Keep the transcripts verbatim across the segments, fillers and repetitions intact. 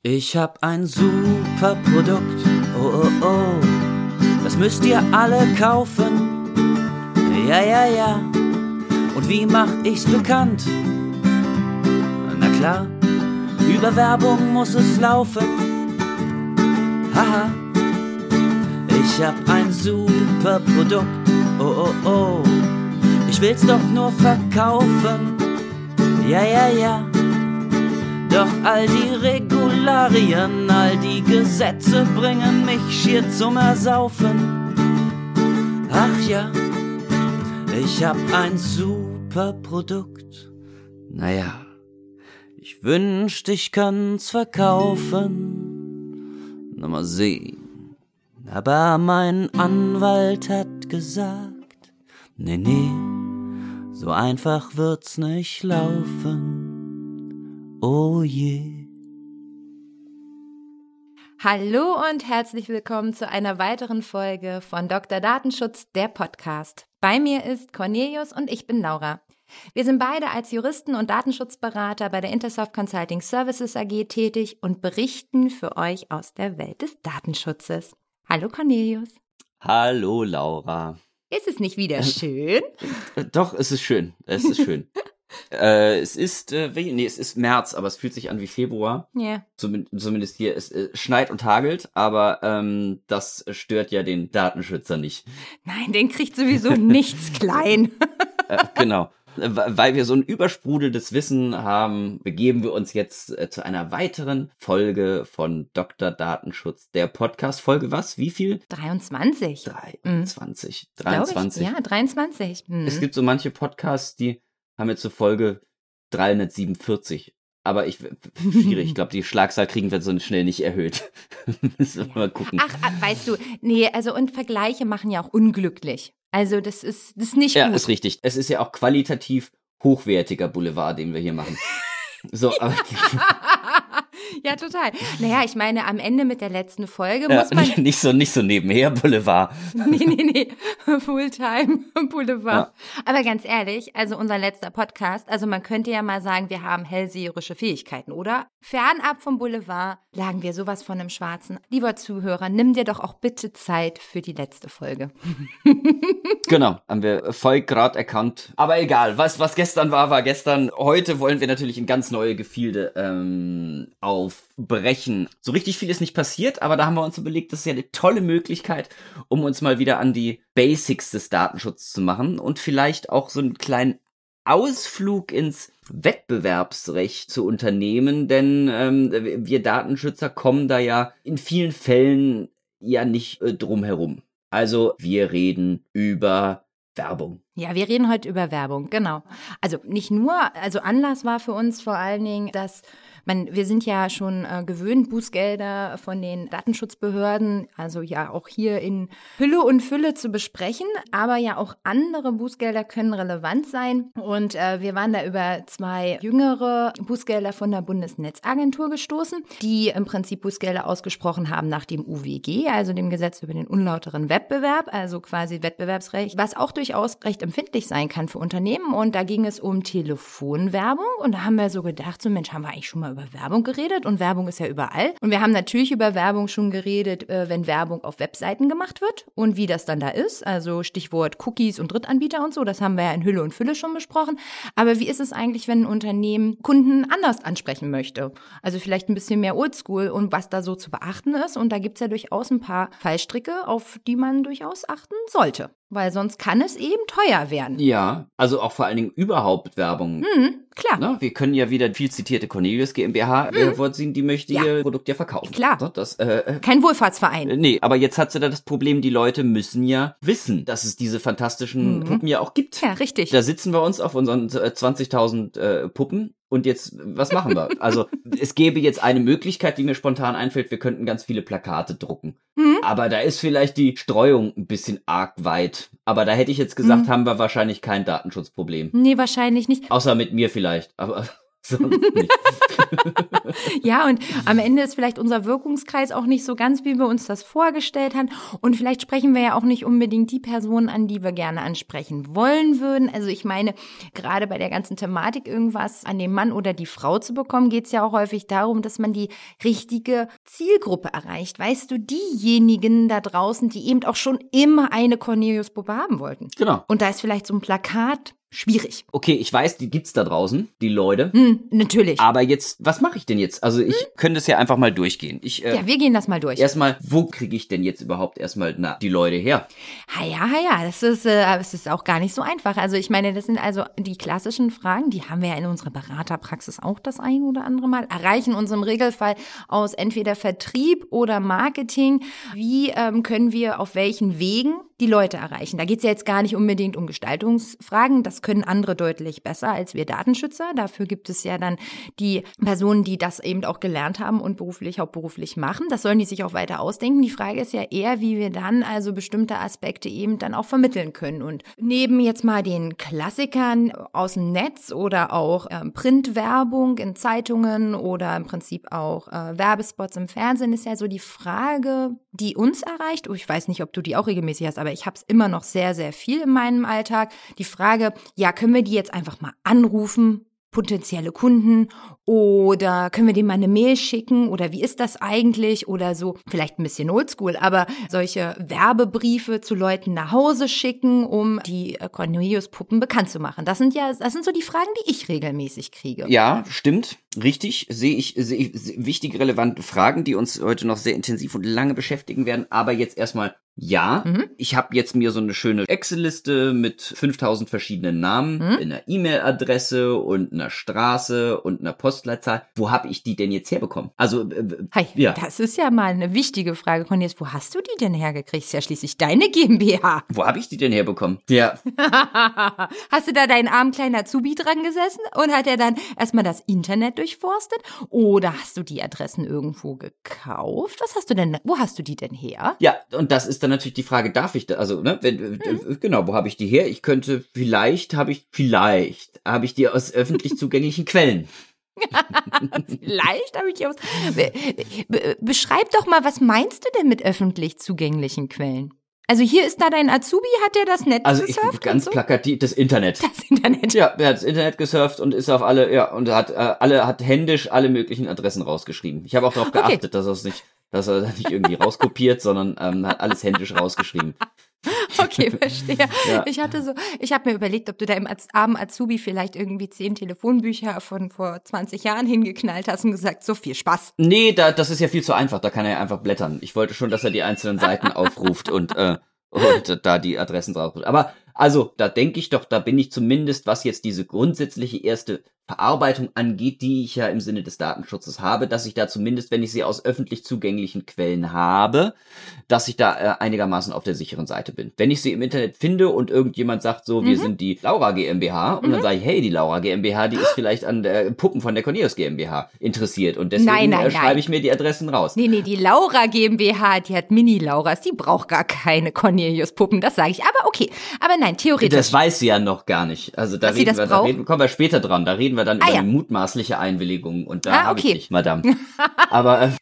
Ich hab ein super Produkt, oh oh oh, das müsst ihr alle kaufen, ja ja ja. Und wie mach ich's bekannt? Na klar, über Werbung muss es laufen, haha. Ich hab ein super Produkt, oh oh oh, ich will's doch nur verkaufen, ja ja ja. Doch all die Regularien, all die Gesetze bringen mich schier zum Ersaufen. Ach ja, ich hab ein super Produkt. Naja, ich wünschte, ich können's verkaufen. Na mal sehen. Aber mein Anwalt hat gesagt, nee, nee, so einfach wird's nicht laufen. Oh je. Hallo und herzlich willkommen zu einer weiteren Folge von Doktor Datenschutz, der Podcast. Bei mir ist Cornelius und ich bin Laura. Wir sind beide als Juristen und Datenschutzberater bei der Intersoft Consulting Services A G tätig und berichten für euch aus der Welt des Datenschutzes. Hallo Cornelius. Hallo Laura. Ist es nicht wieder schön? Doch, es ist schön. Es ist schön. Äh, es ist, äh, nee, es ist März, aber es fühlt sich an wie Februar. Ja. Yeah. Zum, zumindest hier. Es äh, schneit und hagelt, aber ähm, das stört ja den Datenschützer nicht. Nein, den kriegt sowieso nichts klein. äh, genau. Weil wir so ein übersprudelndes Wissen haben, begeben wir uns jetzt äh, zu einer weiteren Folge von Doktor Datenschutz. Der Podcast, Folge was? Wie viel? dreiundzwanzig. dreiundzwanzig. Mhm. dreiundzwanzig. Ja, dreiundzwanzig. Mhm. Es gibt so manche Podcasts, die haben wir zur Folge dreihundertsiebenundvierzig. Aber ich, schwierig, ich glaube, die Schlagzahl kriegen wir so schnell nicht erhöht. Müssen wir mal gucken. Ach, weißt du, nee, also und Vergleiche machen ja auch unglücklich. Also das ist, das ist nicht ja, gut. Ja, ist richtig. Es ist ja auch qualitativ hochwertiger Boulevard, den wir hier machen. So, aber ja, total. Naja, ich meine, am Ende mit der letzten Folge ja, muss man... Nicht so, nicht so nebenher Boulevard. Nee, nee, nee, Fulltime Boulevard. Ja. Aber ganz ehrlich, also unser letzter Podcast, also man könnte ja mal sagen, wir haben hellseherische Fähigkeiten, oder? Fernab vom Boulevard lagen wir sowas von im Schwarzen. Lieber Zuhörer, nimm dir doch auch bitte Zeit für die letzte Folge. Genau, haben wir voll gerade erkannt. Aber egal, was, was gestern war, war gestern. Heute wollen wir natürlich in ganz neue Gefilde ähm, aufbrechen. So richtig viel ist nicht passiert, aber da haben wir uns überlegt, das ist ja eine tolle Möglichkeit, um uns mal wieder an die Basics des Datenschutzes zu machen und vielleicht auch so einen kleinen Ausflug ins Wettbewerbsrecht zu unternehmen, denn ähm, wir Datenschützer kommen da ja in vielen Fällen ja nicht äh, drum herum. Also wir reden über Werbung. Ja, wir reden heute über Werbung, genau. Also nicht nur, also Anlass war für uns vor allen Dingen, dass man, wir sind ja schon äh, gewöhnt, Bußgelder von den Datenschutzbehörden, also ja auch hier in Hülle und Fülle zu besprechen, aber ja auch andere Bußgelder können relevant sein. Und äh, wir waren da über zwei jüngere Bußgelder von der Bundesnetzagentur gestoßen, die im Prinzip Bußgelder ausgesprochen haben nach dem U W G, also dem Gesetz über den unlauteren Wettbewerb, also quasi Wettbewerbsrecht, was auch durchaus recht empfindlich sein kann für Unternehmen. Und da ging es um Telefonwerbung und da haben wir so gedacht, so Mensch, haben wir eigentlich schon mal über Werbung geredet und Werbung ist ja überall. Und wir haben natürlich über Werbung schon geredet, äh, wenn Werbung auf Webseiten gemacht wird und wie das dann da ist. Also Stichwort Cookies und Drittanbieter und so, das haben wir ja in Hülle und Fülle schon besprochen. Aber wie ist es eigentlich, wenn ein Unternehmen Kunden anders ansprechen möchte? Also vielleicht ein bisschen mehr Oldschool und was da so zu beachten ist. Und da gibt es ja durchaus ein paar Fallstricke, auf die man durchaus achten sollte. Weil sonst kann es eben teuer werden. Ja, also auch vor allen Dingen überhaupt Werbung. Mhm, klar. Na, wir können ja wieder viel zitierte Cornelius GmbH, mhm. äh, die möchte ja. ihr Produkt ja verkaufen. Klar. So, das, äh, Kein Wohlfahrtsverein. Äh, nee, aber jetzt hat sie da das Problem, die Leute müssen ja wissen, dass es diese fantastischen mhm. Puppen ja auch gibt. Ja, richtig. Da sitzen wir uns auf unseren äh, zwanzigtausend äh, Puppen. Und jetzt, was machen wir? Also, es gäbe jetzt eine Möglichkeit, die mir spontan einfällt, wir könnten ganz viele Plakate drucken. Mhm. Aber da ist vielleicht die Streuung ein bisschen arg weit. Aber da hätte ich jetzt gesagt, mhm. haben wir wahrscheinlich kein Datenschutzproblem. Nee, wahrscheinlich nicht. Außer mit mir vielleicht, aber sonst nicht. Ja, und am Ende ist vielleicht unser Wirkungskreis auch nicht so ganz, wie wir uns das vorgestellt haben. Und vielleicht sprechen wir ja auch nicht unbedingt die Personen an, die wir gerne ansprechen wollen würden. Also ich meine, gerade bei der ganzen Thematik irgendwas an den Mann oder die Frau zu bekommen, geht es ja auch häufig darum, dass man die richtige Zielgruppe erreicht. Weißt du, diejenigen da draußen, die eben auch schon immer eine Cornelius-Puppe haben wollten. Genau. Und da ist vielleicht so ein Plakat schwierig. Okay, ich weiß, die gibt's da draußen, die Leute. Hm, natürlich. Aber jetzt, was mache ich denn jetzt? Also ich hm? könnte es ja einfach mal durchgehen. Ich, äh, ja, wir gehen das mal durch. Erstmal, wo kriege ich denn jetzt überhaupt erstmal na, die Leute her? Ha ja, ha ja, das ist, äh, das ist auch gar nicht so einfach. Also ich meine, das sind also die klassischen Fragen, die haben wir ja in unserer Beraterpraxis auch das ein oder andere Mal. Erreichen uns im Regelfall aus entweder Vertrieb oder Marketing. Wie ähm, können wir auf welchen Wegen die Leute erreichen? Da geht es ja jetzt gar nicht unbedingt um Gestaltungsfragen. Das können andere deutlich besser als wir Datenschützer. Dafür gibt es ja dann die Personen, die das eben auch gelernt haben und beruflich, hauptberuflich machen. Das sollen die sich auch weiter ausdenken. Die Frage ist ja eher, wie wir dann also bestimmte Aspekte eben dann auch vermitteln können. Und neben jetzt mal den Klassikern aus dem Netz oder auch äh, Printwerbung in Zeitungen oder im Prinzip auch äh, Werbespots im Fernsehen ist ja so die Frage, die uns erreicht. Oh, ich weiß nicht, ob du die auch regelmäßig hast, aber ich habe es immer noch sehr, sehr viel in meinem Alltag. Die Frage, ja, können wir die jetzt einfach mal anrufen, potenzielle Kunden, oder können wir denen mal eine Mail schicken oder wie ist das eigentlich oder so, vielleicht ein bisschen oldschool, aber solche Werbebriefe zu Leuten nach Hause schicken, um die Cornelius-Puppen bekannt zu machen. Das sind ja, das sind so die Fragen, die ich regelmäßig kriege. Ja, stimmt. Richtig, sehe ich, sehe ich wichtige, relevante Fragen, die uns heute noch sehr intensiv und lange beschäftigen werden, aber jetzt erstmal ja, mhm. ich habe jetzt mir so eine schöne Excel-Liste mit fünftausend verschiedenen Namen, mhm. einer E-Mail-Adresse und einer Straße und einer Postleitzahl. Wo habe ich die denn jetzt herbekommen? Also, äh, hey, ja. Das ist ja mal eine wichtige Frage, Cornelius. Wo hast du die denn hergekriegt? Ist ja schließlich deine GmbH. Wo habe ich die denn herbekommen? Ja. Hast du da deinen armen kleinen Azubi dran gesessen und hat er dann erstmal das Internet durchforstet? Oder hast du die Adressen irgendwo gekauft? Was hast du denn, wo hast du die denn her? Ja, und das ist dann natürlich die Frage, darf ich da, also, ne, wenn, hm. genau, wo habe ich die her? Ich könnte, vielleicht habe ich, vielleicht habe ich die aus öffentlich zugänglichen Quellen. Vielleicht habe ich die aus, be, be, beschreib doch mal, was meinst du denn mit öffentlich zugänglichen Quellen? Also hier ist da dein Azubi, hat der das Netz also gesurft? Also ganz so? plakativ, das Internet. Das Internet. Ja, er hat das Internet gesurft und ist auf alle, ja, und hat äh, alle, hat händisch alle möglichen Adressen rausgeschrieben. Ich habe auch darauf geachtet, okay. dass er es nicht, dass er nicht irgendwie rauskopiert, sondern ähm, hat alles händisch rausgeschrieben. Okay, verstehe. Ja. Ich hatte so, ich habe mir überlegt, ob du da im armen Azubi vielleicht irgendwie zehn Telefonbücher von vor zwanzig Jahren hingeknallt hast und gesagt, so viel Spaß. Nee, da, das ist ja viel zu einfach, da kann er ja einfach blättern. Ich wollte schon, dass er die einzelnen Seiten aufruft und, äh, und da die Adressen drauf. Aber also, da denke ich doch, da bin ich zumindest, was jetzt diese grundsätzliche erste Verarbeitung angeht, die ich ja im Sinne des Datenschutzes habe, dass ich da zumindest, wenn ich sie aus öffentlich zugänglichen Quellen habe, dass ich da äh, einigermaßen auf der sicheren Seite bin. Wenn ich sie im Internet finde und irgendjemand sagt so, mhm. wir sind die Laura GmbH und mhm. dann sage ich, hey, die Laura GmbH, die ist vielleicht an der Puppen von der Cornelius GmbH interessiert und deswegen nein, nein, äh, schreibe ich mir die Adressen raus. Nee, nee, die Laura GmbH, die hat Mini-Lauras, die braucht gar keine Cornelius-Puppen, das sage ich. Aber okay, aber nein, theoretisch. Das weiß sie ja noch gar nicht. Also da, reden wir, da reden, kommen wir später dran, da reden wir dann ah, über ja. die mutmaßliche Einwilligung und da ah, habe okay. ich dich, Madame. Aber äh,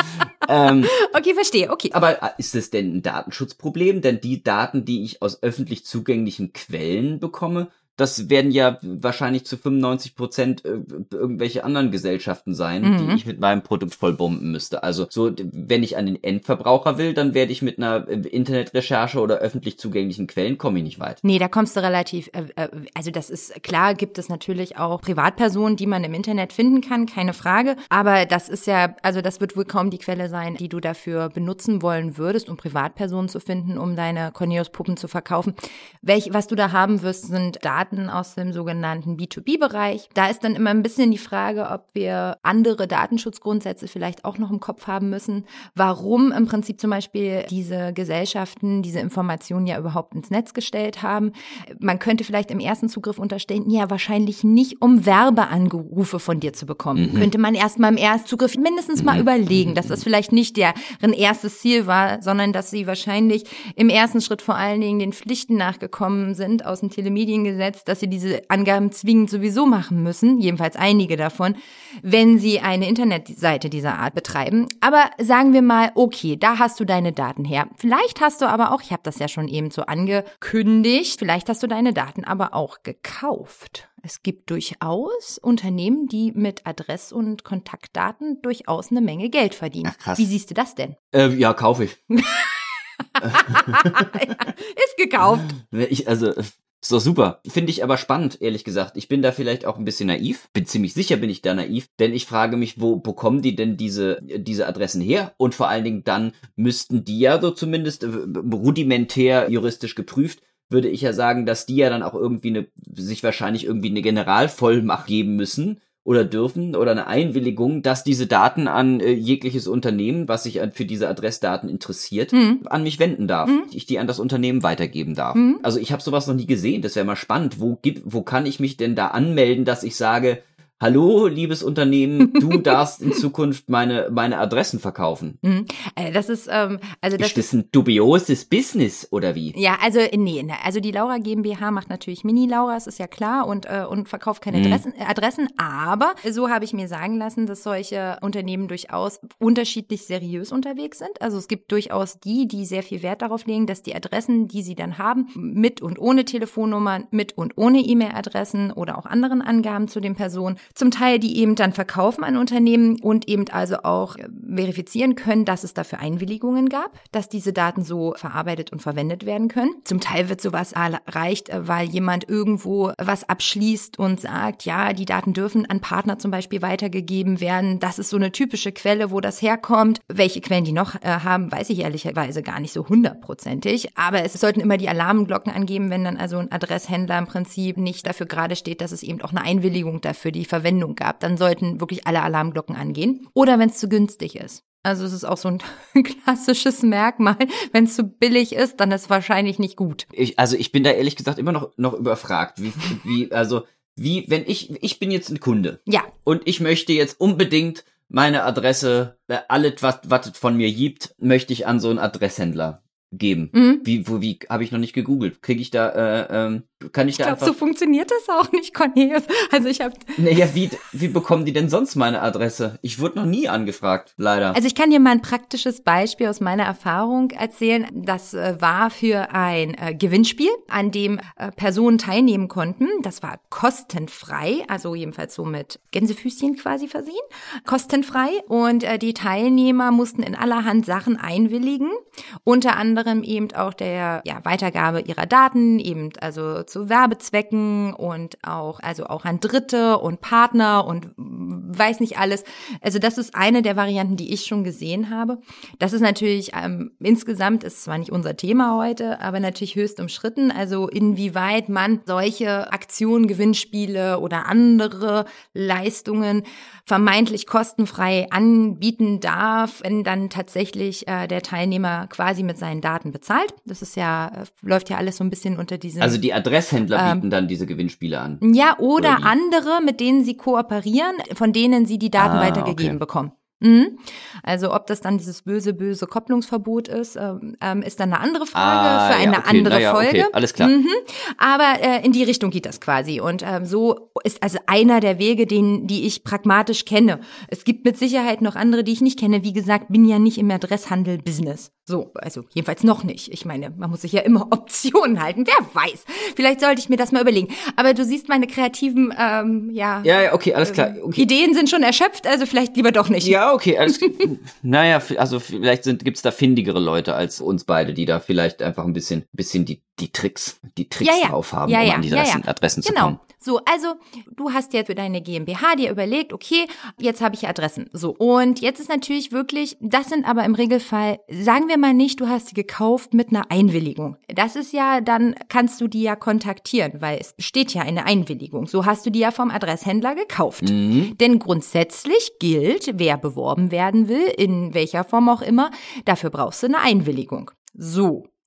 ähm, okay, verstehe, okay. Aber ist es denn ein Datenschutzproblem? Denn die Daten, die ich aus öffentlich zugänglichen Quellen bekomme, das werden ja wahrscheinlich zu fünfundneunzig Prozent irgendwelche anderen Gesellschaften sein, mhm. die ich mit meinem Produkt vollbomben müsste. Also so, wenn ich an den Endverbraucher will, dann werde ich mit einer Internetrecherche oder öffentlich zugänglichen Quellen komme ich nicht weit. Nee, da kommst du relativ, äh, also das ist klar, gibt es natürlich auch Privatpersonen, die man im Internet finden kann, keine Frage. Aber das ist ja, also das wird wohl kaum die Quelle sein, die du dafür benutzen wollen würdest, um Privatpersonen zu finden, um deine Cornelius-Puppen zu verkaufen. Welch, was du da haben wirst, sind Daten aus dem sogenannten B zwei B-Bereich. Da ist dann immer ein bisschen die Frage, ob wir andere Datenschutzgrundsätze vielleicht auch noch im Kopf haben müssen. Warum im Prinzip zum Beispiel diese Gesellschaften diese Informationen ja überhaupt ins Netz gestellt haben. Man könnte vielleicht im ersten Zugriff unterstellen, ja wahrscheinlich nicht, um Werbeanrufe von dir zu bekommen. Mhm. Könnte man erstmal im ersten Zugriff mindestens mal mhm. überlegen, dass das vielleicht nicht deren erstes Ziel war, sondern dass sie wahrscheinlich im ersten Schritt vor allen Dingen den Pflichten nachgekommen sind aus dem Telemediengesetz, Gesetz, dass sie diese Angaben zwingend sowieso machen müssen, jedenfalls einige davon, wenn sie eine Internetseite dieser Art betreiben. Aber sagen wir mal, okay, da hast du deine Daten her. Vielleicht hast du aber auch, ich habe das ja schon eben so angekündigt, vielleicht hast du deine Daten aber auch gekauft. Es gibt durchaus Unternehmen, die mit Adress- und Kontaktdaten durchaus eine Menge Geld verdienen. Ach, krass. Wie siehst du das denn? Äh, ja, kaufe ich. Ist gekauft. Ich, also, ist doch super. Finde ich aber spannend, ehrlich gesagt. Ich bin da vielleicht auch ein bisschen naiv. Bin ziemlich sicher, bin ich da naiv. Denn ich frage mich, wo bekommen die denn diese, diese Adressen her? Und vor allen Dingen dann müssten die ja so zumindest rudimentär juristisch geprüft, würde ich ja sagen, dass die ja dann auch irgendwie eine, sich wahrscheinlich irgendwie eine Generalvollmacht geben müssen oder dürfen oder eine Einwilligung, dass diese Daten an äh, jegliches Unternehmen, was sich an, für diese Adressdaten interessiert, mhm. an mich wenden darf. Mhm. Ich die an das Unternehmen weitergeben darf. Mhm. Also ich habe sowas noch nie gesehen. Das wäre mal spannend. Wo gibt, wo kann ich mich denn da anmelden, dass ich sage, hallo, liebes Unternehmen, du darfst in Zukunft meine meine Adressen verkaufen. Mhm. Das ist, ähm, also das ist das ein dubioses Business, oder wie? Ja, also nee, also die Laura GmbH macht natürlich Mini-Laura, das ist ja klar, und äh, und verkauft keine Adressen, mhm. Adressen, aber so habe ich mir sagen lassen, dass solche Unternehmen durchaus unterschiedlich seriös unterwegs sind. Also es gibt durchaus die, die sehr viel Wert darauf legen, dass die Adressen, die sie dann haben, mit und ohne Telefonnummern, mit und ohne E-Mail-Adressen oder auch anderen Angaben zu den Personen, zum Teil die eben dann verkaufen an Unternehmen und eben also auch verifizieren können, dass es dafür Einwilligungen gab, dass diese Daten so verarbeitet und verwendet werden können. Zum Teil wird sowas erreicht, weil jemand irgendwo was abschließt und sagt, ja, die Daten dürfen an Partner zum Beispiel weitergegeben werden. Das ist so eine typische Quelle, wo das herkommt. Welche Quellen die noch äh, haben, weiß ich ehrlicherweise gar nicht so hundertprozentig. Aber es sollten immer die Alarmglocken angeben, wenn dann also ein Adresshändler im Prinzip nicht dafür gerade steht, dass es eben auch eine Einwilligung dafür die Verwendung gab. Dann sollten wirklich alle Alarmglocken angehen. Oder wenn es zu günstig ist. Also es ist auch so ein klassisches Merkmal. Wenn es zu billig ist, dann ist es wahrscheinlich nicht gut. Ich, also ich bin da ehrlich gesagt immer noch, noch überfragt. Wie, wie, also, wie, wenn ich, ich bin jetzt ein Kunde. Ja. Und ich möchte jetzt unbedingt meine Adresse, alles, was, was es von mir gibt, möchte ich an so einen Adresshändler geben. Mhm. Wie, wo, wie, habe ich noch nicht gegoogelt. Kriege ich da, äh, ähm, kann ich, ich da glaub, einfach... Ich glaube, so funktioniert das auch nicht, Cornelius. Also ich habe... Naja, wie, wie bekommen die denn sonst meine Adresse? Ich wurde noch nie angefragt, leider. Also ich kann dir mal ein praktisches Beispiel aus meiner Erfahrung erzählen. Das äh, war für ein äh, Gewinnspiel, an dem äh, Personen teilnehmen konnten. Das war kostenfrei, also jedenfalls so mit Gänsefüßchen quasi versehen. Kostenfrei. Und äh, die Teilnehmer mussten in allerhand Sachen einwilligen. Unter anderem eben auch der ja, Weitergabe ihrer Daten, eben also zu Werbezwecken und auch also auch an Dritte und Partner und weiß nicht alles. Also das ist eine der Varianten, die ich schon gesehen habe. Das ist natürlich ähm, insgesamt, ist zwar nicht unser Thema heute, aber natürlich höchst umstritten. Also inwieweit man solche Aktionen, Gewinnspiele oder andere Leistungen vermeintlich kostenfrei anbieten darf, wenn dann tatsächlich äh, der Teilnehmer quasi mit seinen Daten bezahlt. Das ist ja, läuft ja alles so ein bisschen unter diesem... Also die Adresshändler ähm, bieten dann diese Gewinnspiele an? Ja, oder, oder andere, mit denen sie kooperieren, von denen sie die Daten ah, weitergegeben okay. bekommen. Mhm. Also ob das dann dieses böse, böse Kopplungsverbot ist, ähm, ist dann eine andere Frage ah, für eine ja, okay. andere naja, Folge. Okay, alles klar. Mhm. Aber äh, in die Richtung geht das quasi. Und ähm, so ist also einer der Wege, den, die ich pragmatisch kenne. Es gibt mit Sicherheit noch andere, die ich nicht kenne. Wie gesagt, bin ja nicht im Adresshandel-Business. So, also jedenfalls noch nicht. Ich meine, man muss sich ja immer Optionen halten. Wer weiß. Vielleicht sollte ich mir das mal überlegen. Aber du siehst, meine kreativen ähm, ja, ja, ja, okay, alles klar. Okay. Ideen sind schon erschöpft, also vielleicht lieber doch nicht. Ja, okay, alles klar. Naja, also vielleicht sind, gibt's da findigere Leute als uns beide, die da vielleicht einfach ein bisschen, bisschen die, die Tricks, die Tricks ja, ja. drauf haben, ja, um ja. an die ja, Adressen, ja. Adressen genau. zu kommen. So, also du hast ja für deine GmbH dir überlegt, okay, jetzt habe ich Adressen. So, und jetzt ist natürlich wirklich, das sind aber im Regelfall, sagen wir mal nicht, du hast sie gekauft mit einer Einwilligung. Das ist ja, dann kannst du die ja kontaktieren, weil es besteht ja eine Einwilligung. So hast du die ja vom Adresshändler gekauft. Mhm. Denn grundsätzlich gilt, wer beworben werden will, in welcher Form auch immer, dafür brauchst du eine Einwilligung. So.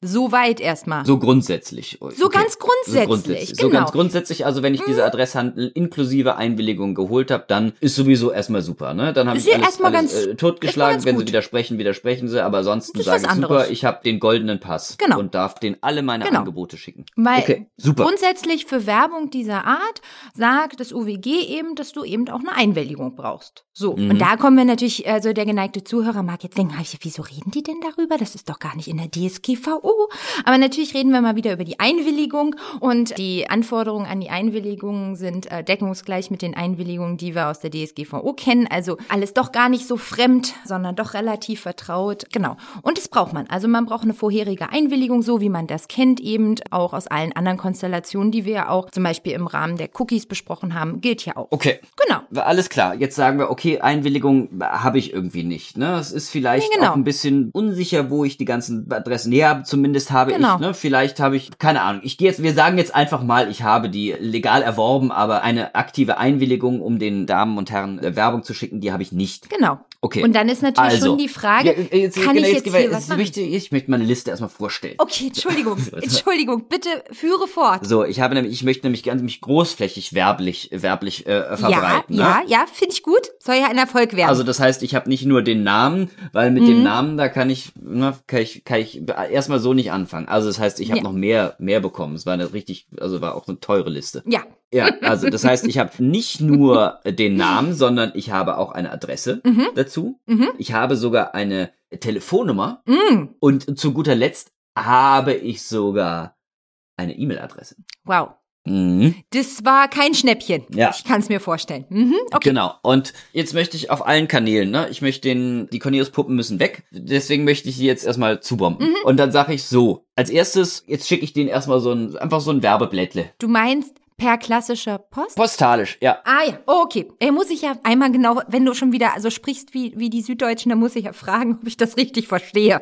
So weit erstmal. So grundsätzlich. So okay. ganz grundsätzlich. So grundsätzlich. Genau. So ganz grundsätzlich, also wenn ich diese Adresshandel inklusive Einwilligung geholt habe, dann ist sowieso erstmal super, ne? Dann habe ich alles, alles ganz, äh, totgeschlagen. Wenn gut. sie widersprechen, widersprechen sie, aber ansonsten sage ich super, ich habe den goldenen Pass genau. und darf denen alle meine genau. Angebote schicken. Weil okay, super. Grundsätzlich für Werbung dieser Art sagt das U W G eben, dass du eben auch eine Einwilligung brauchst. So, mhm. und da kommen wir natürlich, also der geneigte Zuhörer mag jetzt denken, wieso reden die denn darüber? Das ist doch gar nicht in der D S G V O. Aber natürlich reden wir mal wieder über die Einwilligung und die Anforderungen an die Einwilligungen sind äh, deckungsgleich mit den Einwilligungen, die wir aus der D S G V O kennen. Also alles doch gar nicht so fremd, sondern doch relativ vertraut. Genau. Und das braucht man. Also man braucht eine vorherige Einwilligung, so wie man das kennt, eben auch aus allen anderen Konstellationen, die wir ja auch zum Beispiel im Rahmen der Cookies besprochen haben, gilt ja auch. Okay. Genau. Alles klar. Jetzt sagen wir, okay, Einwilligung habe ich irgendwie nicht. Ne? Es ist vielleicht nee, genau. auch ein bisschen unsicher, wo ich die ganzen Adressen her habe. Zumindest habe genau. ich, ne? Vielleicht habe ich, keine Ahnung. Ich gehe jetzt, wir sagen jetzt einfach mal, ich habe die legal erworben, aber eine aktive Einwilligung, um den Damen und Herren äh, Werbung zu schicken, die habe ich nicht. Genau. Okay. Und dann ist natürlich also, schon die Frage, ja, jetzt, kann genau, ich jetzt jetzt hier was machen? Wichtig, ich möchte meine Liste erstmal vorstellen. Okay, Entschuldigung, Entschuldigung, bitte führe fort. So, ich habe nämlich, ich möchte nämlich ganz mich großflächig werblich, werblich äh, verbreiten. Ja, ne? ja, ja, finde ich gut. Soll ja ein Erfolg werden. Also das heißt, ich habe nicht nur den Namen, weil mit mhm. dem Namen, da kann ich, na, kann ich, kann ich erstmal so nicht anfangen. Also das heißt, ich habe ja. noch mehr, mehr bekommen. Es war eine richtig, also war auch eine teure Liste. Ja. Ja, also das heißt, ich habe nicht nur den Namen, sondern ich habe auch eine Adresse mhm. dazu. Mhm. Ich habe sogar eine Telefonnummer mhm. und zu guter Letzt habe ich sogar eine E-Mail-Adresse. Wow. Mhm. Das war kein Schnäppchen. Ja. Ich kann es mir vorstellen. Mhm. Okay. Genau. Und jetzt möchte ich auf allen Kanälen, ne, ich möchte den, die Cornelius-Puppen müssen weg. Deswegen möchte ich die jetzt erstmal zubomben. Mhm. Und dann sage ich so, als erstes, jetzt schicke ich denen erstmal so ein, einfach so ein Werbeblättle. Du meinst per klassischer Post? Postalisch, ja. Ah ja, oh, okay. Er muss ich ja einmal genau, wenn du schon wieder also sprichst wie, wie die Süddeutschen, dann muss ich ja fragen, ob ich das richtig verstehe.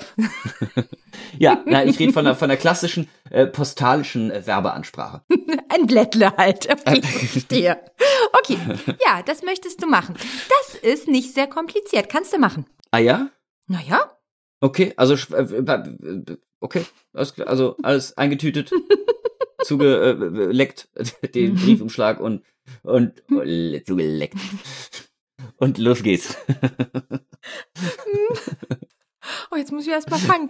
Ja, nein, ich rede von der, von der klassischen äh, postalischen äh, Werbeansprache. Ein Blättle halt. Okay, ich verstehe. Okay, ja, das möchtest du machen. Das ist nicht sehr kompliziert. Kannst du machen. Ah ja? Naja. Okay, also äh, okay, alles klar, also alles eingetütet. zugeleckt, den Briefumschlag und, und, und zugeleckt. Und los geht's. Oh, jetzt muss ich erst mal fangen.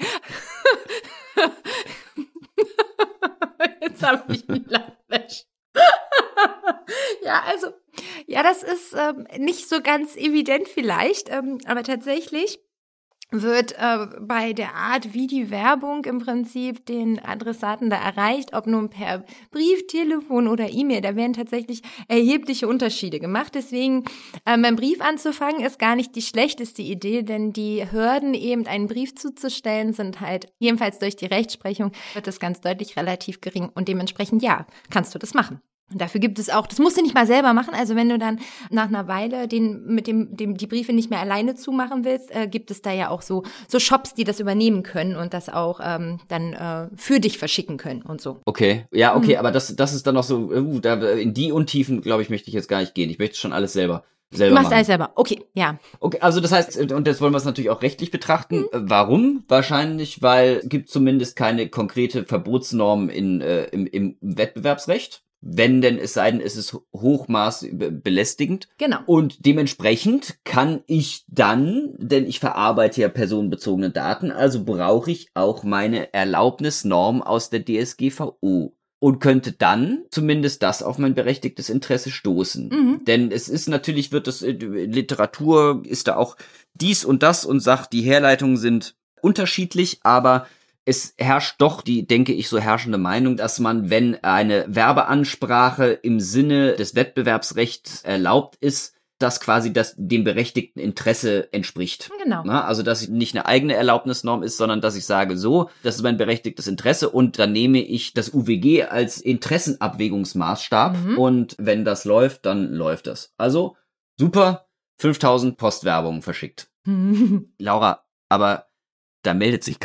Jetzt habe ich einen Lachflash. Ja, also, ja, das ist ähm, nicht so ganz evident vielleicht, ähm, aber tatsächlich wird äh, bei der Art, wie die Werbung im Prinzip den Adressaten da erreicht, ob nun per Brief, Telefon oder E-Mail, da werden tatsächlich erhebliche Unterschiede gemacht. Deswegen äh, beim Brief anzufangen, ist gar nicht die schlechteste Idee, denn die Hürden, eben einen Brief zuzustellen, sind halt, jedenfalls durch die Rechtsprechung, wird das ganz deutlich relativ gering und dementsprechend, ja, kannst du das machen. Und dafür gibt es auch, das musst du nicht mal selber machen, also wenn du dann nach einer Weile den mit dem, dem die Briefe nicht mehr alleine zumachen willst, äh, gibt es da ja auch so so Shops, die das übernehmen können und das auch ähm, dann äh, für dich verschicken können und so. Okay, ja, okay, mhm. aber das das ist dann noch so, uh, da, in die Untiefen, glaube ich, möchte ich jetzt gar nicht gehen. Ich möchte schon alles selber selber Du machst machen. alles selber, okay, ja. Okay, also das heißt, und jetzt wollen wir es natürlich auch rechtlich betrachten. Mhm. Warum? Wahrscheinlich, weil gibt zumindest keine konkrete Verbotsnorm in äh, im, im Wettbewerbsrecht. Wenn denn, es sei denn, es ist Hochmaß belästigend. Genau. Und dementsprechend kann ich dann, denn ich verarbeite ja personenbezogene Daten, also brauche ich auch meine Erlaubnisnorm aus der D S G V O. Und könnte dann zumindest das auf mein berechtigtes Interesse stoßen. Mhm. Denn es ist natürlich, wird das, Literatur ist da auch dies und das und sagt, die Herleitungen sind unterschiedlich, aber es herrscht doch die, denke ich, so herrschende Meinung, dass man, wenn eine Werbeansprache im Sinne des Wettbewerbsrechts erlaubt ist, das quasi das dem berechtigten Interesse entspricht. Genau. Na, also, dass es nicht eine eigene Erlaubnisnorm ist, sondern dass ich sage, so, das ist mein berechtigtes Interesse und dann nehme ich das U W G als Interessenabwägungsmaßstab mhm. und wenn das läuft, dann läuft das. Also, super, fünftausend Postwerbungen verschickt. Laura, aber da meldet sich keiner.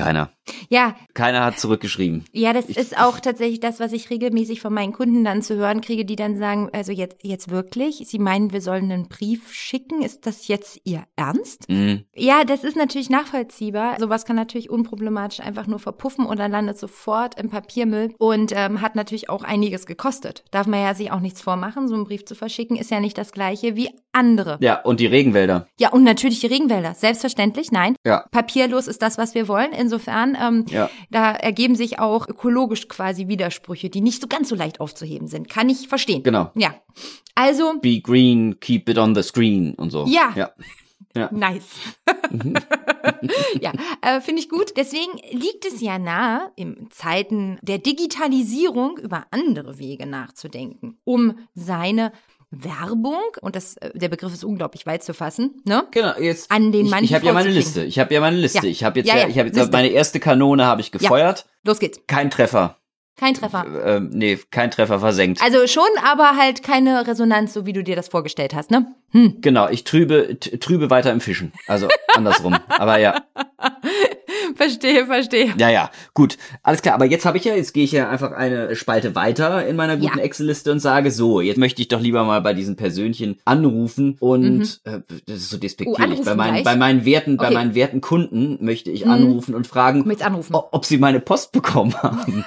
Ja. Keiner hat zurückgeschrieben. Ja, das ich, ist auch tatsächlich das, was ich regelmäßig von meinen Kunden dann zu hören kriege, die dann sagen, also jetzt, jetzt wirklich? Sie meinen, wir sollen einen Brief schicken? Ist das jetzt Ihr Ernst? Mhm. Ja, das ist natürlich nachvollziehbar. Sowas kann natürlich unproblematisch einfach nur verpuffen oder landet sofort im Papiermüll und ähm, hat natürlich auch einiges gekostet. Darf man ja sich auch nichts vormachen. So einen Brief zu verschicken ist ja nicht das Gleiche wie andere. Ja, und die Regenwälder. Ja, und natürlich die Regenwälder. Selbstverständlich, nein. Ja. Papierlos ist das, was wir wollen. Insofern, ähm, ja. da ergeben sich auch ökologisch quasi Widersprüche, die nicht so ganz so leicht aufzuheben sind. Kann ich verstehen. Genau. Ja. Also. Be green, keep it on the screen und so. Ja. Ja. Ja. Nice. ja, äh, finde ich gut. Deswegen liegt es ja nahe, in Zeiten der Digitalisierung über andere Wege nachzudenken, um seine Werbung, und das, der Begriff ist unglaublich weit zu fassen, ne? Genau, jetzt. An den ich manchen ich habe ja meine Liste. Ich habe ja meine Liste. Ja. Ich habe jetzt, ja, ja, ich habe jetzt Liste. meine erste Kanone habe ich gefeuert. Ja. Los geht's. Kein Treffer. Kein Treffer. Ähm, nee, kein Treffer versenkt. Also schon, aber halt keine Resonanz, so wie du dir das vorgestellt hast, ne? Hm. Genau, ich trübe, t- trübe weiter im Fischen. Also andersrum. Aber ja. Verstehe, verstehe. Ja, ja, gut. Alles klar, aber jetzt habe ich ja, jetzt gehe ich ja einfach eine Spalte weiter in meiner guten Ja. Excel-Liste und sage so, jetzt möchte ich doch lieber mal bei diesen Persönchen anrufen und Mhm. äh, das ist so Oh, despektierlich. anrufen bei meinen, gleich? bei meinen werten, bei Okay. meinen werten Kunden möchte ich Mhm. anrufen und fragen, Du möchtest anrufen. o- ob sie meine Post bekommen haben.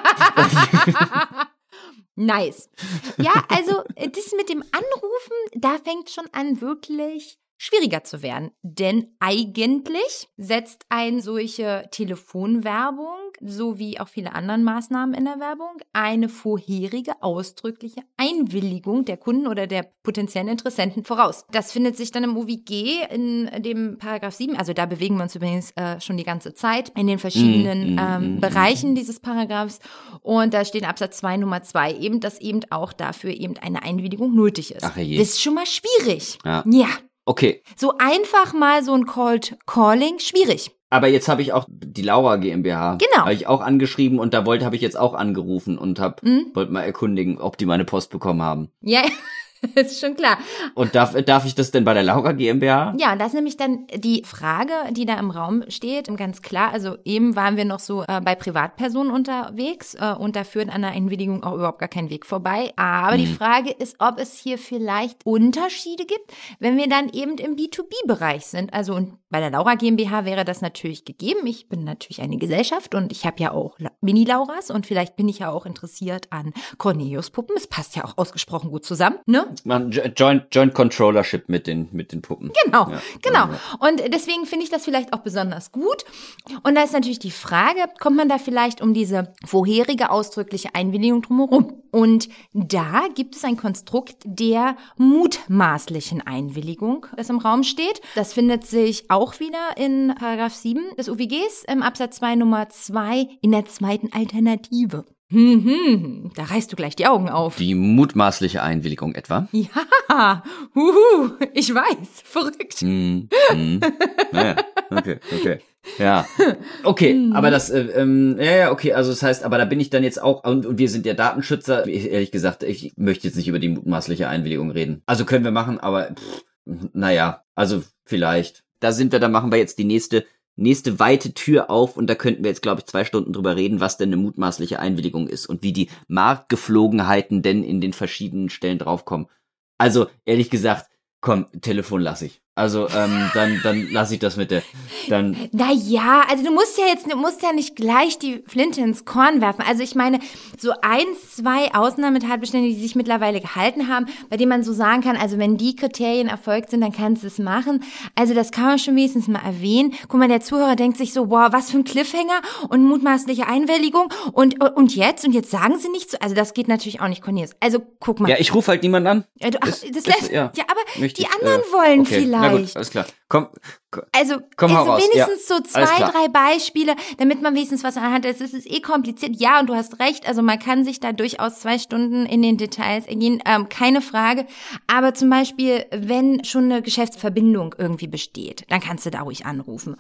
Nice. Ja, also das mit dem Anrufen, da fängt schon an, wirklich schwieriger zu werden. Denn eigentlich setzt ein solche Telefonwerbung, sowie auch viele anderen Maßnahmen in der Werbung, eine vorherige ausdrückliche Einwilligung der Kunden oder der potenziellen Interessenten voraus. Das findet sich dann im O W G in dem Paragraph sieben, also da bewegen wir uns übrigens äh, schon die ganze Zeit in den verschiedenen Mm, mm, ähm, mm, Bereichen dieses Paragraphs. Und da steht in Absatz zwei Nummer zwei eben, dass eben auch dafür eben eine Einwilligung nötig ist. Ach je. Das ist schon mal schwierig. Ja. Ja. Okay, So einfach mal so ein Cold Calling, schwierig. aber jetzt habe ich auch die Laura GmbH. Genau. Habe ich auch angeschrieben und da wollte habe ich jetzt auch angerufen und habe Mhm. wollte mal erkundigen, ob die meine Post bekommen haben. Ja, ist schon klar. Und darf darf ich das denn bei der Laura GmbH? Ja, das ist nämlich dann die Frage, die da im Raum steht, ganz klar. Also eben waren wir noch so äh, bei Privatpersonen unterwegs äh, und da führt an der Einwilligung auch überhaupt gar kein Weg vorbei. Aber Mhm. die Frage ist, ob es hier vielleicht Unterschiede gibt, wenn wir dann eben im B zwei B-Bereich sind. Also und bei der Laura GmbH wäre das natürlich gegeben. Ich bin natürlich eine Gesellschaft und ich habe ja auch La- Mini-Lauras und vielleicht bin ich ja auch interessiert an Cornelius-Puppen. Es passt ja auch ausgesprochen gut zusammen, ne? Man, Jo- Joint, Joint Controllership mit den, mit den Puppen. Genau, Ja, genau. ja. Und deswegen finde ich das vielleicht auch besonders gut. Und da ist natürlich die Frage, kommt man da vielleicht um diese vorherige ausdrückliche Einwilligung drumherum? Und da gibt es ein Konstrukt der mutmaßlichen Einwilligung, das im Raum steht. Das findet sich auch wieder in Paragraph sieben des O W Gs im Absatz zwei Nummer zwei in der zweiten Alternative. Hm, hm, da reißt du gleich die Augen auf. Die mutmaßliche Einwilligung etwa? Ja, huhu, ich weiß, verrückt. Hm, hm. Naja, okay, okay. Ja. Okay, aber das, äh, ähm, ja, ja, okay, also das heißt, aber da bin ich dann jetzt auch, und, und wir sind ja Datenschützer, ich, ehrlich gesagt, ich möchte jetzt nicht über die mutmaßliche Einwilligung reden. Also können wir machen, aber pff, naja, also vielleicht. Da sind wir, da machen wir jetzt die nächste nächste weite Tür auf und da könnten wir jetzt, glaube ich, zwei Stunden drüber reden, was denn eine mutmaßliche Einwilligung ist und wie die Marktgeflogenheiten denn in den verschiedenen Stellen draufkommen. Also, ehrlich gesagt, komm, Telefon lasse ich. Also, ähm, dann, dann lasse ich das mit der, dann, Naja, also du musst ja jetzt, du musst ja nicht gleich die Flinte ins Korn werfen. Also ich meine, so ein, zwei Ausnahmetatbestände, die sich mittlerweile gehalten haben, bei denen man so sagen kann, also wenn die Kriterien erfolgt sind, dann kannst du es machen. Also das kann man schon wenigstens mal erwähnen. Guck mal, der Zuhörer denkt sich so, boah, was für ein Cliffhanger und mutmaßliche Einwilligung und, und jetzt? Und jetzt sagen sie nichts. Also das geht natürlich auch nicht, Cornelius. Also guck mal. ja, ich rufe halt niemanden an. Ja, du, ach, Das- das, das- lässt, ja, ja, aber möchte die ich, anderen äh, wollen okay. vielleicht. Na gut, alles klar. Komm, komm. Also, Komm, hau also raus. wenigstens Ja, so alles zwei, klar. drei Beispiele, damit man wenigstens was anhand hat. Es ist eh kompliziert. Ja, und du hast recht. Also man kann sich da durchaus zwei Stunden in den Details ergehen. Ähm, keine Frage. Aber zum Beispiel, wenn schon eine Geschäftsverbindung irgendwie besteht, dann kannst du da ruhig anrufen.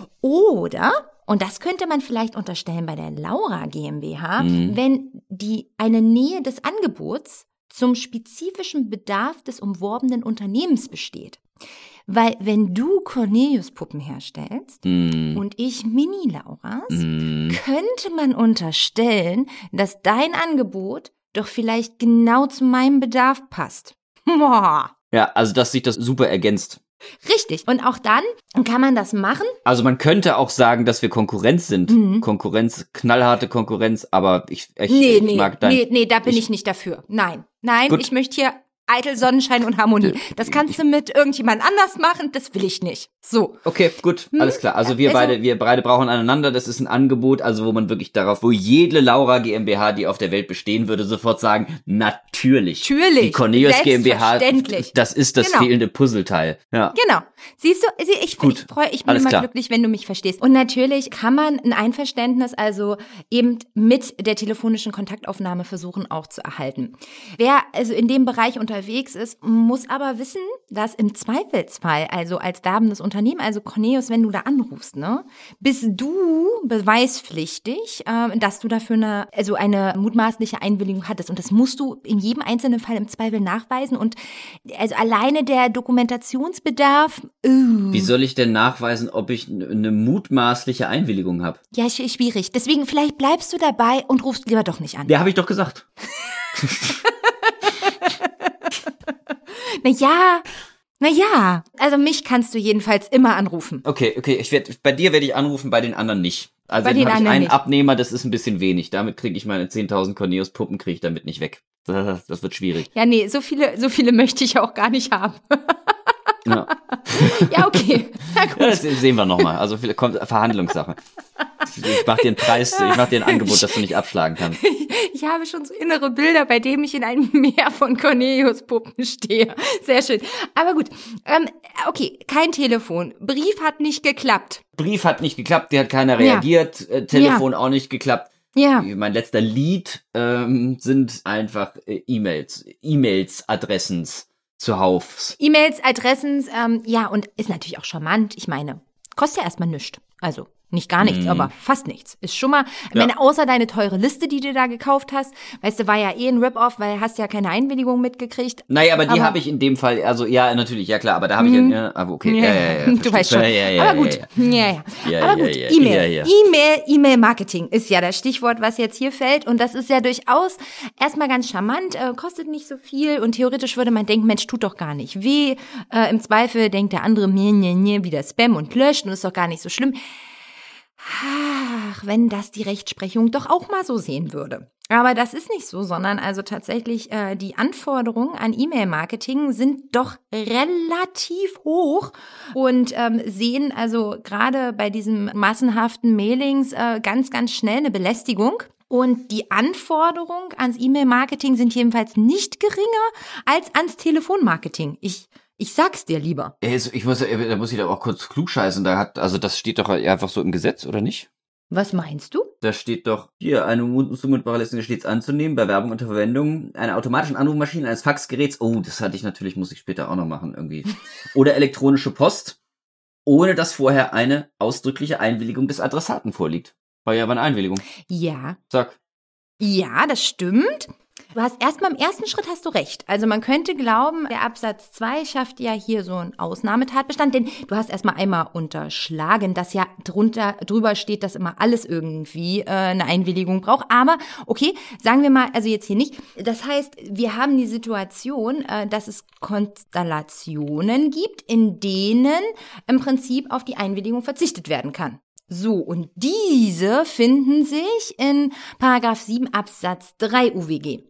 Oder, und das könnte man vielleicht unterstellen bei der Laura GmbH, Mhm. wenn die eine Nähe des Angebots zum spezifischen Bedarf des umworbenen Unternehmens besteht. Weil wenn du Cornelius-Puppen herstellst Mm. und ich Mini-Lauras, Mm. könnte man unterstellen, dass dein Angebot doch vielleicht genau zu meinem Bedarf passt. Boah. Ja, also dass sich das super ergänzt. Richtig. Und auch dann kann man das machen. Also man könnte auch sagen, dass wir Konkurrenz sind. Mhm. Konkurrenz, knallharte Konkurrenz, aber ich, ich, Nee, ich nee, mag dein... nee, nee, da bin ich- ich nicht dafür. Nein, nein, Gut. ich möchte hier eitel Sonnenschein und Harmonie. Das kannst du mit irgendjemand anders machen, das will ich nicht. So. Okay, gut, alles klar. Also wir Also- beide, wir beide brauchen aneinander. Das ist ein Angebot, also wo man wirklich darauf, wo jede Laura GmbH, die auf der Welt bestehen würde, sofort sagen, natürlich. Natürlich, Die Cornelius GmbH, selbstverständlich. das ist das Genau. fehlende Puzzleteil. Ja. Genau. Siehst du, sie- ich, Gut, ich freue, ich bin alles immer klar. glücklich, wenn du mich verstehst. Und natürlich kann man ein Einverständnis also eben mit der telefonischen Kontaktaufnahme versuchen auch zu erhalten. Wer also in dem Bereich unterwegs ist, muss aber wissen, dass im Zweifelsfall, also als werbendes Unternehmen, also Cornelius, wenn du da anrufst, ne, bist du beweispflichtig, äh, dass du dafür eine, also eine mutmaßliche Einwilligung hattest. Und das musst du in jedem einzelnen Fall im Zweifel nachweisen. Und also alleine der Dokumentationsbedarf, uh, Wie soll ich denn nachweisen, ob ich n- eine mutmaßliche Einwilligung habe? ja, sch- schwierig. Deswegen, vielleicht bleibst du dabei und rufst lieber doch nicht an. Ja, habe ich doch gesagt. Na ja, na ja. Also mich kannst du jedenfalls immer anrufen. Okay, okay, ich werd, bei dir werde ich anrufen, bei den anderen nicht. Also Bei dann den habe ich anderen einen nicht. Abnehmer, das ist ein bisschen wenig. Damit kriege ich meine zehntausend Cornelius-Puppen, kriege ich damit nicht weg. Das, das wird schwierig. Ja, nee, so viele, so viele möchte ich auch gar nicht haben. Ja. Ja, okay. Na gut. Ja, das sehen wir nochmal. Also vielleicht kommt Verhandlungssache. Ich mach dir einen Preis, ich mach dir ein Angebot, das du nicht abschlagen kannst. Ich habe schon so innere Bilder, bei denen ich in einem Meer von Cornelius-Puppen stehe. Sehr schön. Aber gut. Ähm, okay, kein Telefon. Brief hat nicht geklappt. Brief hat nicht geklappt, der hat keiner reagiert, äh, Telefon auch nicht geklappt. Ja. Mein letzter Lied ähm, sind einfach äh, E-Mails, E-Mails, Adressens zuhauf. E-Mails, Adressen, ähm, ja, und ist natürlich auch charmant. Ich meine, kostet ja erstmal nichts. Also nicht gar nichts, Mm. aber fast nichts. Ist schon mal, ich meine, außer deine teure Liste, die du da gekauft hast, weißt du, war ja eh ein Rip-Off, weil hast ja keine Einwilligung mitgekriegt. Naja, aber die Aber- habe ich in dem Fall, also ja, natürlich, ja klar, aber da habe ich ja, ja, aber okay. Ja, ja, ja, du verstehe. weißt schon. Ja, ja, ja, aber gut, ja, ja, ja. Ja, aber ja, gut, ja, E-Mail. ja, ja. E-Mail, E-Mail-Marketing ist ja das Stichwort, was jetzt hier fällt. Und das ist ja durchaus erstmal ganz charmant, äh, kostet nicht so viel. Und theoretisch würde man denken, Mensch, tut doch gar nicht weh. Äh, Im Zweifel denkt der andere, mir, mir, mir, wieder Spam und löscht und ist doch gar nicht so schlimm. Ach, wenn das die Rechtsprechung doch auch mal so sehen würde. Aber das ist nicht so, sondern also tatsächlich äh, die Anforderungen an E-Mail-Marketing sind doch relativ hoch und ähm, sehen also gerade bei diesen massenhaften Mailings äh, ganz, ganz schnell eine Belästigung. Und die Anforderungen ans E-Mail-Marketing sind jedenfalls nicht geringer als ans Telefonmarketing. Ich Ich sag's dir lieber. Also ich muss, da muss ich da auch kurz klugscheißen. Da hat, also das steht doch einfach so im Gesetz, oder nicht? Was meinst du? Da steht doch, hier, eine unzumutbare Leistung stets anzunehmen, bei Werbung unter Verwendung einer automatischen Anrufmaschine, eines Faxgeräts. Oh, das hatte ich natürlich, muss ich später auch noch machen, irgendwie. Oder elektronische Post, ohne dass vorher eine ausdrückliche Einwilligung des Adressaten vorliegt. War ja aber eine Einwilligung. Ja. Sag. Ja, das stimmt. Du hast erstmal im ersten Schritt hast du recht. Also man könnte glauben, der Absatz zwei schafft ja hier so einen Ausnahmetatbestand, denn du hast erstmal einmal unterschlagen, dass ja drunter drüber steht, dass immer alles irgendwie äh, eine Einwilligung braucht. Aber okay, sagen wir mal, also jetzt hier nicht. Das heißt, wir haben die Situation, äh, dass es Konstellationen gibt, in denen im Prinzip auf die Einwilligung verzichtet werden kann. So, und diese finden sich in Paragraph sieben Absatz drei U W G.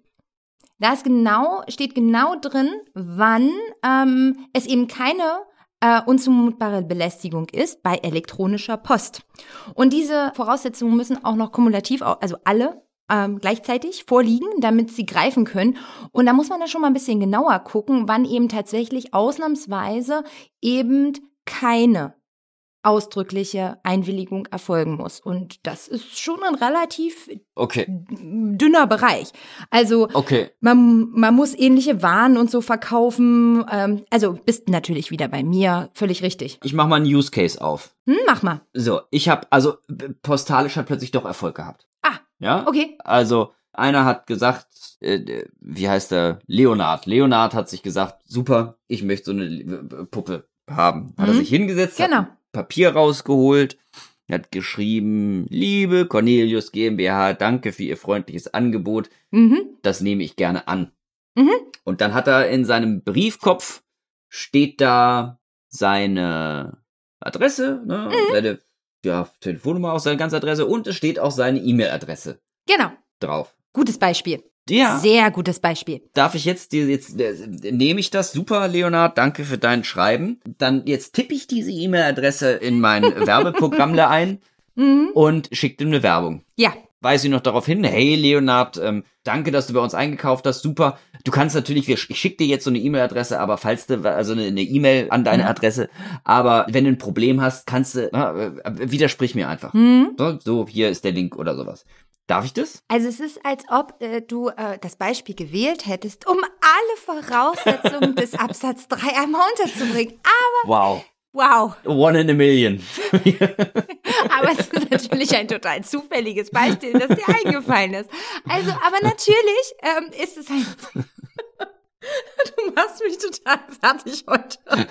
Da ist genau, steht genau drin, wann ähm, es eben keine äh, unzumutbare Belästigung ist bei elektronischer Post. Und diese Voraussetzungen müssen auch noch kumulativ, also alle ähm, gleichzeitig vorliegen, damit sie greifen können. Und da muss man dann schon mal ein bisschen genauer gucken, wann eben tatsächlich ausnahmsweise eben keine ausdrückliche Einwilligung erfolgen muss. Und das ist schon ein relativ Okay. dünner Bereich. Also Okay. man, man muss ähnliche Waren und so verkaufen. Ähm, also bist natürlich wieder bei mir, völlig richtig. Ich mach mal einen Use Case auf. Hm, mach mal. So, ich habe, also b- postalisch hat plötzlich doch Erfolg gehabt. Ah, Ja? okay. Also, einer hat gesagt, äh, wie heißt der? Leonard. Leonard hat sich gesagt, super, ich möchte so eine äh, Puppe haben. Hat Mhm. er sich hingesetzt, Genau. hat ein Papier rausgeholt, hat geschrieben, liebe Cornelius GmbH, danke für Ihr freundliches Angebot. Mhm. Das nehme ich gerne an. Mhm. Und dann hat er in seinem Briefkopf, steht da seine Adresse, ne, Mhm. seine ja, Telefonnummer, auch seine ganze Adresse und es steht auch seine E-Mail-Adresse Genau. drauf. Gutes Beispiel. Ja. Sehr gutes Beispiel. Darf ich jetzt, die- jetzt äh, nehme ich das, super Leonard, danke für dein Schreiben. Dann jetzt tippe ich diese E-Mail-Adresse in mein Werbeprogramm da ein Mhm. und schicke ihm eine Werbung. Ja. Weise ihn noch darauf hin, hey Leonard, ähm, danke, dass du bei uns eingekauft hast, super. Du kannst natürlich, wir- ich schicke dir jetzt so eine E-Mail-Adresse, aber falls du, also eine eine E-Mail an deine Mhm. Adresse, aber wenn du ein Problem hast, kannst du, na, äh, widersprich mir einfach. Mhm. So, so, hier ist der Link oder sowas. Darf ich das? Also es ist, als ob äh, du äh, das Beispiel gewählt hättest, um alle Voraussetzungen des Absatz drei einmal unterzubringen. Aber Wow. wow. One in a million. Aber es ist natürlich ein total zufälliges Beispiel, das dir eingefallen ist. Also, aber natürlich ähm, ist es ein... Du machst mich total fertig heute.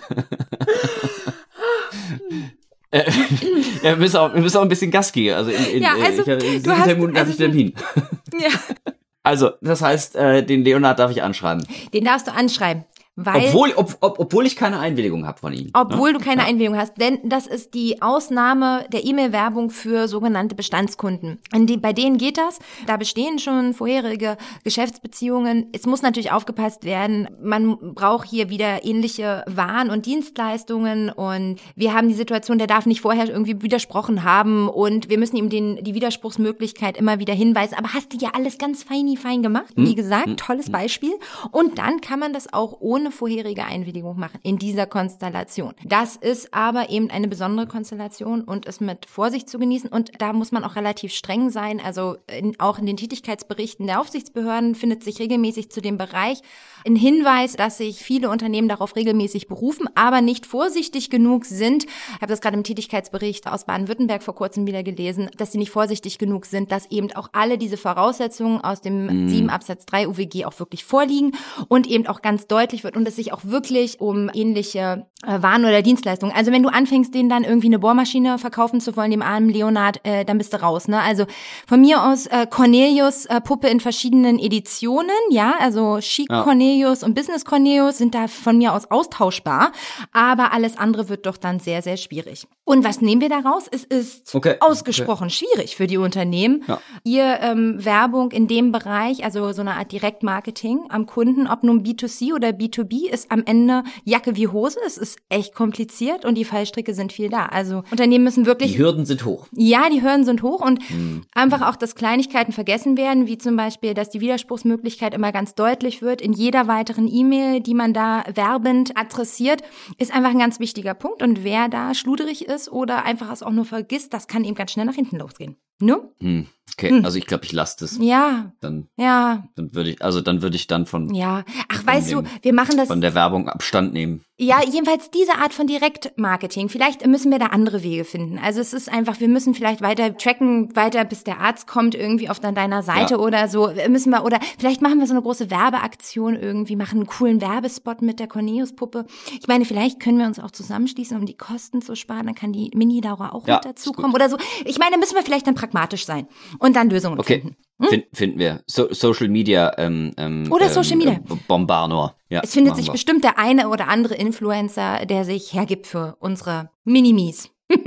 Äh, ja, wir müssen auch, wir müssen auch ein bisschen Gas geben. Also in, in, Ja, also, ich, in du sieben hast- Minuten habe also ich Termin. Ja. Also, das heißt, äh, den Leonard darf ich anschreiben. Den darfst du anschreiben, weil... Obwohl, ob, ob, obwohl ich keine Einwilligung habe von ihm. Obwohl ne? du keine Ja. Einwilligung hast, denn das ist die Ausnahme der E-Mail-Werbung für sogenannte Bestandskunden. In die, bei denen geht das, da bestehen schon vorherige Geschäftsbeziehungen. Es muss natürlich aufgepasst werden, man braucht hier wieder ähnliche Waren und Dienstleistungen und wir haben die Situation, der darf nicht vorher irgendwie widersprochen haben und wir müssen ihm den, die Widerspruchsmöglichkeit immer wieder hinweisen. Aber hast du ja alles ganz feini fein gemacht, wie gesagt, tolles Beispiel. Und dann kann man das auch ohne vorherige Einwilligung machen, in dieser Konstellation. Das ist aber eben eine besondere Konstellation und ist mit Vorsicht zu genießen und da muss man auch relativ streng sein. Also in, auch in den Tätigkeitsberichten der Aufsichtsbehörden findet sich regelmäßig zu dem Bereich ein Hinweis, dass sich viele Unternehmen darauf regelmäßig berufen, aber nicht vorsichtig genug sind. Ich habe das gerade im Tätigkeitsbericht aus Baden-Württemberg vor kurzem wieder gelesen, dass sie nicht vorsichtig genug sind, dass eben auch alle diese Voraussetzungen aus dem Mhm. sieben Absatz drei U W G auch wirklich vorliegen und eben auch ganz deutlich wird und es sich auch wirklich um ähnliche äh, Waren oder Dienstleistungen. Also wenn du anfängst, denen dann irgendwie eine Bohrmaschine verkaufen zu wollen, dem armen Leonard, äh, dann bist du raus. Ne? Also von mir aus äh, Cornelius äh, Puppe in verschiedenen Editionen, ja, also Chic Ja. Cornelius und Business Cornelius sind da von mir aus austauschbar, aber alles andere wird doch dann sehr, sehr schwierig. Und was nehmen wir daraus? Es ist Okay. ausgesprochen schwierig für die Unternehmen, Ja. ihr ähm, Werbung in dem Bereich, also so eine Art Direktmarketing am Kunden, ob nun B zwei C oder B zwei B, ist am Ende Jacke wie Hose. Es ist echt kompliziert und die Fallstricke sind viel da. Also Unternehmen müssen wirklich... Die Hürden sind hoch. Ja, die Hürden sind hoch und Hm. einfach auch, dass Kleinigkeiten vergessen werden, wie zum Beispiel, dass die Widerspruchsmöglichkeit immer ganz deutlich wird in jeder weiteren E-Mail, die man da werbend adressiert, ist einfach ein ganz wichtiger Punkt. Und wer da schluderig ist oder einfach es auch nur vergisst, das kann eben ganz schnell nach hinten losgehen. Ne? Hm. Okay, Hm. also ich glaube, ich lasse das. Ja, Dann, ja, dann würde ich, also dann würde ich dann von, ja. Ach, Von weißt dem- du, wir machen das... von der Werbung Abstand nehmen. Ja, jedenfalls diese Art von Direktmarketing. Vielleicht müssen wir da andere Wege finden. Also es ist einfach, wir müssen vielleicht weiter tracken, weiter bis der Arzt kommt irgendwie auf dann deiner Seite Ja. oder so. Müssen wir, oder vielleicht machen wir so eine große Werbeaktion irgendwie, machen einen coolen Werbespot mit der Cornelius-Puppe. Ich meine, vielleicht können wir uns auch zusammenschließen, um die Kosten zu sparen. Dann kann die Mini-Laura auch Ja, mit ist dazukommen oder so. Ich meine, da müssen wir vielleicht dann pragmatisch sein und dann Lösungen Okay, finden. Fin finden wir. So Social Media. Ähm, ähm, Oder ähm, Social Media. äh, Bombarnor. Ja, Es findet machen sich wir. bestimmt der eine oder andere Influencer, der sich hergibt für unsere Minimis.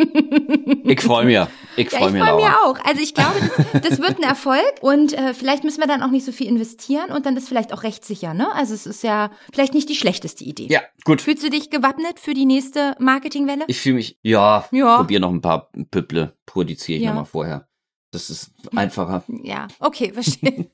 Ich freue mich. Ich Ja, freue ich mich, freue mich Laura. auch. Also ich glaube, das, das wird ein Erfolg und äh, vielleicht müssen wir dann auch nicht so viel investieren und dann ist vielleicht auch rechtssicher, ne? Also es ist ja vielleicht nicht die schlechteste Idee. Ja, gut. Fühlst du dich gewappnet für die nächste Marketingwelle? Ich fühle mich, ja, Ja. probier noch ein paar Püpple, produziere ich Ja. nochmal vorher. Das ist einfacher. Ja, okay, verstehe.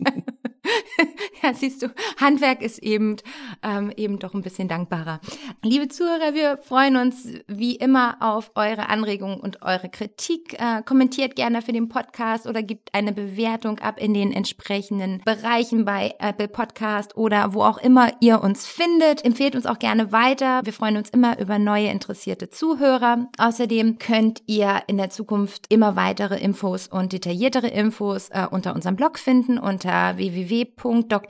Ja, siehst du, Handwerk ist eben, ähm, eben doch ein bisschen dankbarer. Liebe Zuhörer, wir freuen uns wie immer auf eure Anregungen und eure Kritik. Äh, kommentiert gerne für den Podcast oder gebt eine Bewertung ab in den entsprechenden Bereichen bei Apple Podcast oder wo auch immer ihr uns findet. Empfehlt uns auch gerne weiter. Wir freuen uns immer über neue interessierte Zuhörer. Außerdem könnt ihr in der Zukunft immer weitere Infos und detailliertere Infos äh, unter unserem Blog finden unter w w w punkt d r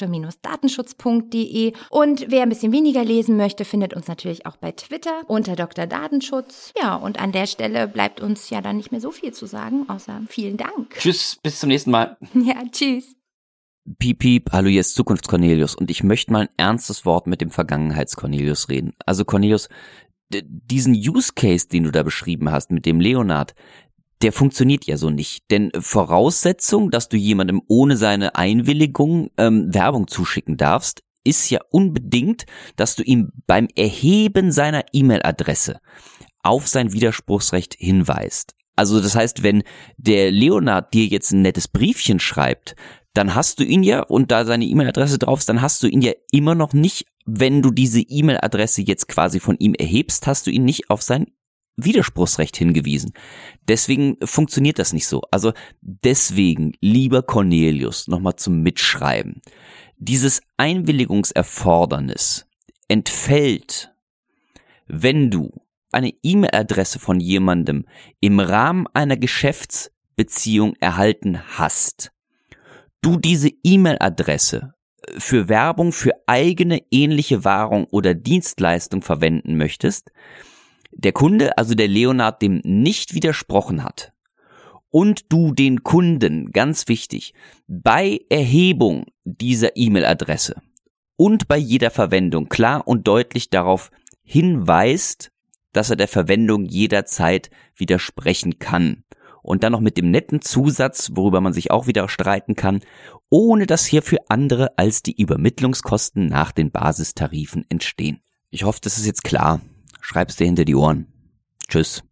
datenschutz punkt de. Und wer ein bisschen weniger lesen möchte, findet uns natürlich auch bei Twitter unter Doktor Datenschutz. Ja, und an der Stelle bleibt uns ja dann nicht mehr so viel zu sagen, außer vielen Dank. Tschüss, bis zum nächsten Mal. Ja, tschüss. Piep, piep, hallo, hier ist Zukunfts-Cornelius und ich möchte mal ein ernstes Wort mit dem Vergangenheits-Cornelius reden. Also Cornelius, d- diesen Use Case, den du da beschrieben hast mit dem Leonard, der funktioniert ja so nicht. Denn Voraussetzung, dass du jemandem ohne seine Einwilligung ähm, Werbung zuschicken darfst, ist ja unbedingt, dass du ihm beim Erheben seiner E-Mail-Adresse auf sein Widerspruchsrecht hinweist. Also das heißt, wenn der Leonard dir jetzt ein nettes Briefchen schreibt, dann hast du ihn ja, und da seine E-Mail-Adresse drauf ist, dann hast du ihn ja immer noch nicht, wenn du diese E-Mail-Adresse jetzt quasi von ihm erhebst, hast du ihn nicht auf sein Widerspruchsrecht hingewiesen. Deswegen funktioniert das nicht so. Also deswegen, lieber Cornelius, nochmal zum Mitschreiben. Dieses Einwilligungserfordernis entfällt, wenn du eine E-Mail-Adresse von jemandem im Rahmen einer Geschäftsbeziehung erhalten hast. Du diese E-Mail-Adresse für Werbung für eigene ähnliche Wahrung oder Dienstleistung verwenden möchtest, der Kunde, also der Leonard, dem nicht widersprochen hat und du den Kunden, ganz wichtig, bei Erhebung dieser E-Mail-Adresse und bei jeder Verwendung klar und deutlich darauf hinweist, dass er der Verwendung jederzeit widersprechen kann. Und dann noch mit dem netten Zusatz, worüber man sich auch wieder streiten kann, ohne dass hier für andere als die Übermittlungskosten nach den Basistarifen entstehen. Ich hoffe, das ist jetzt klar. Schreib's dir hinter die Ohren. Tschüss.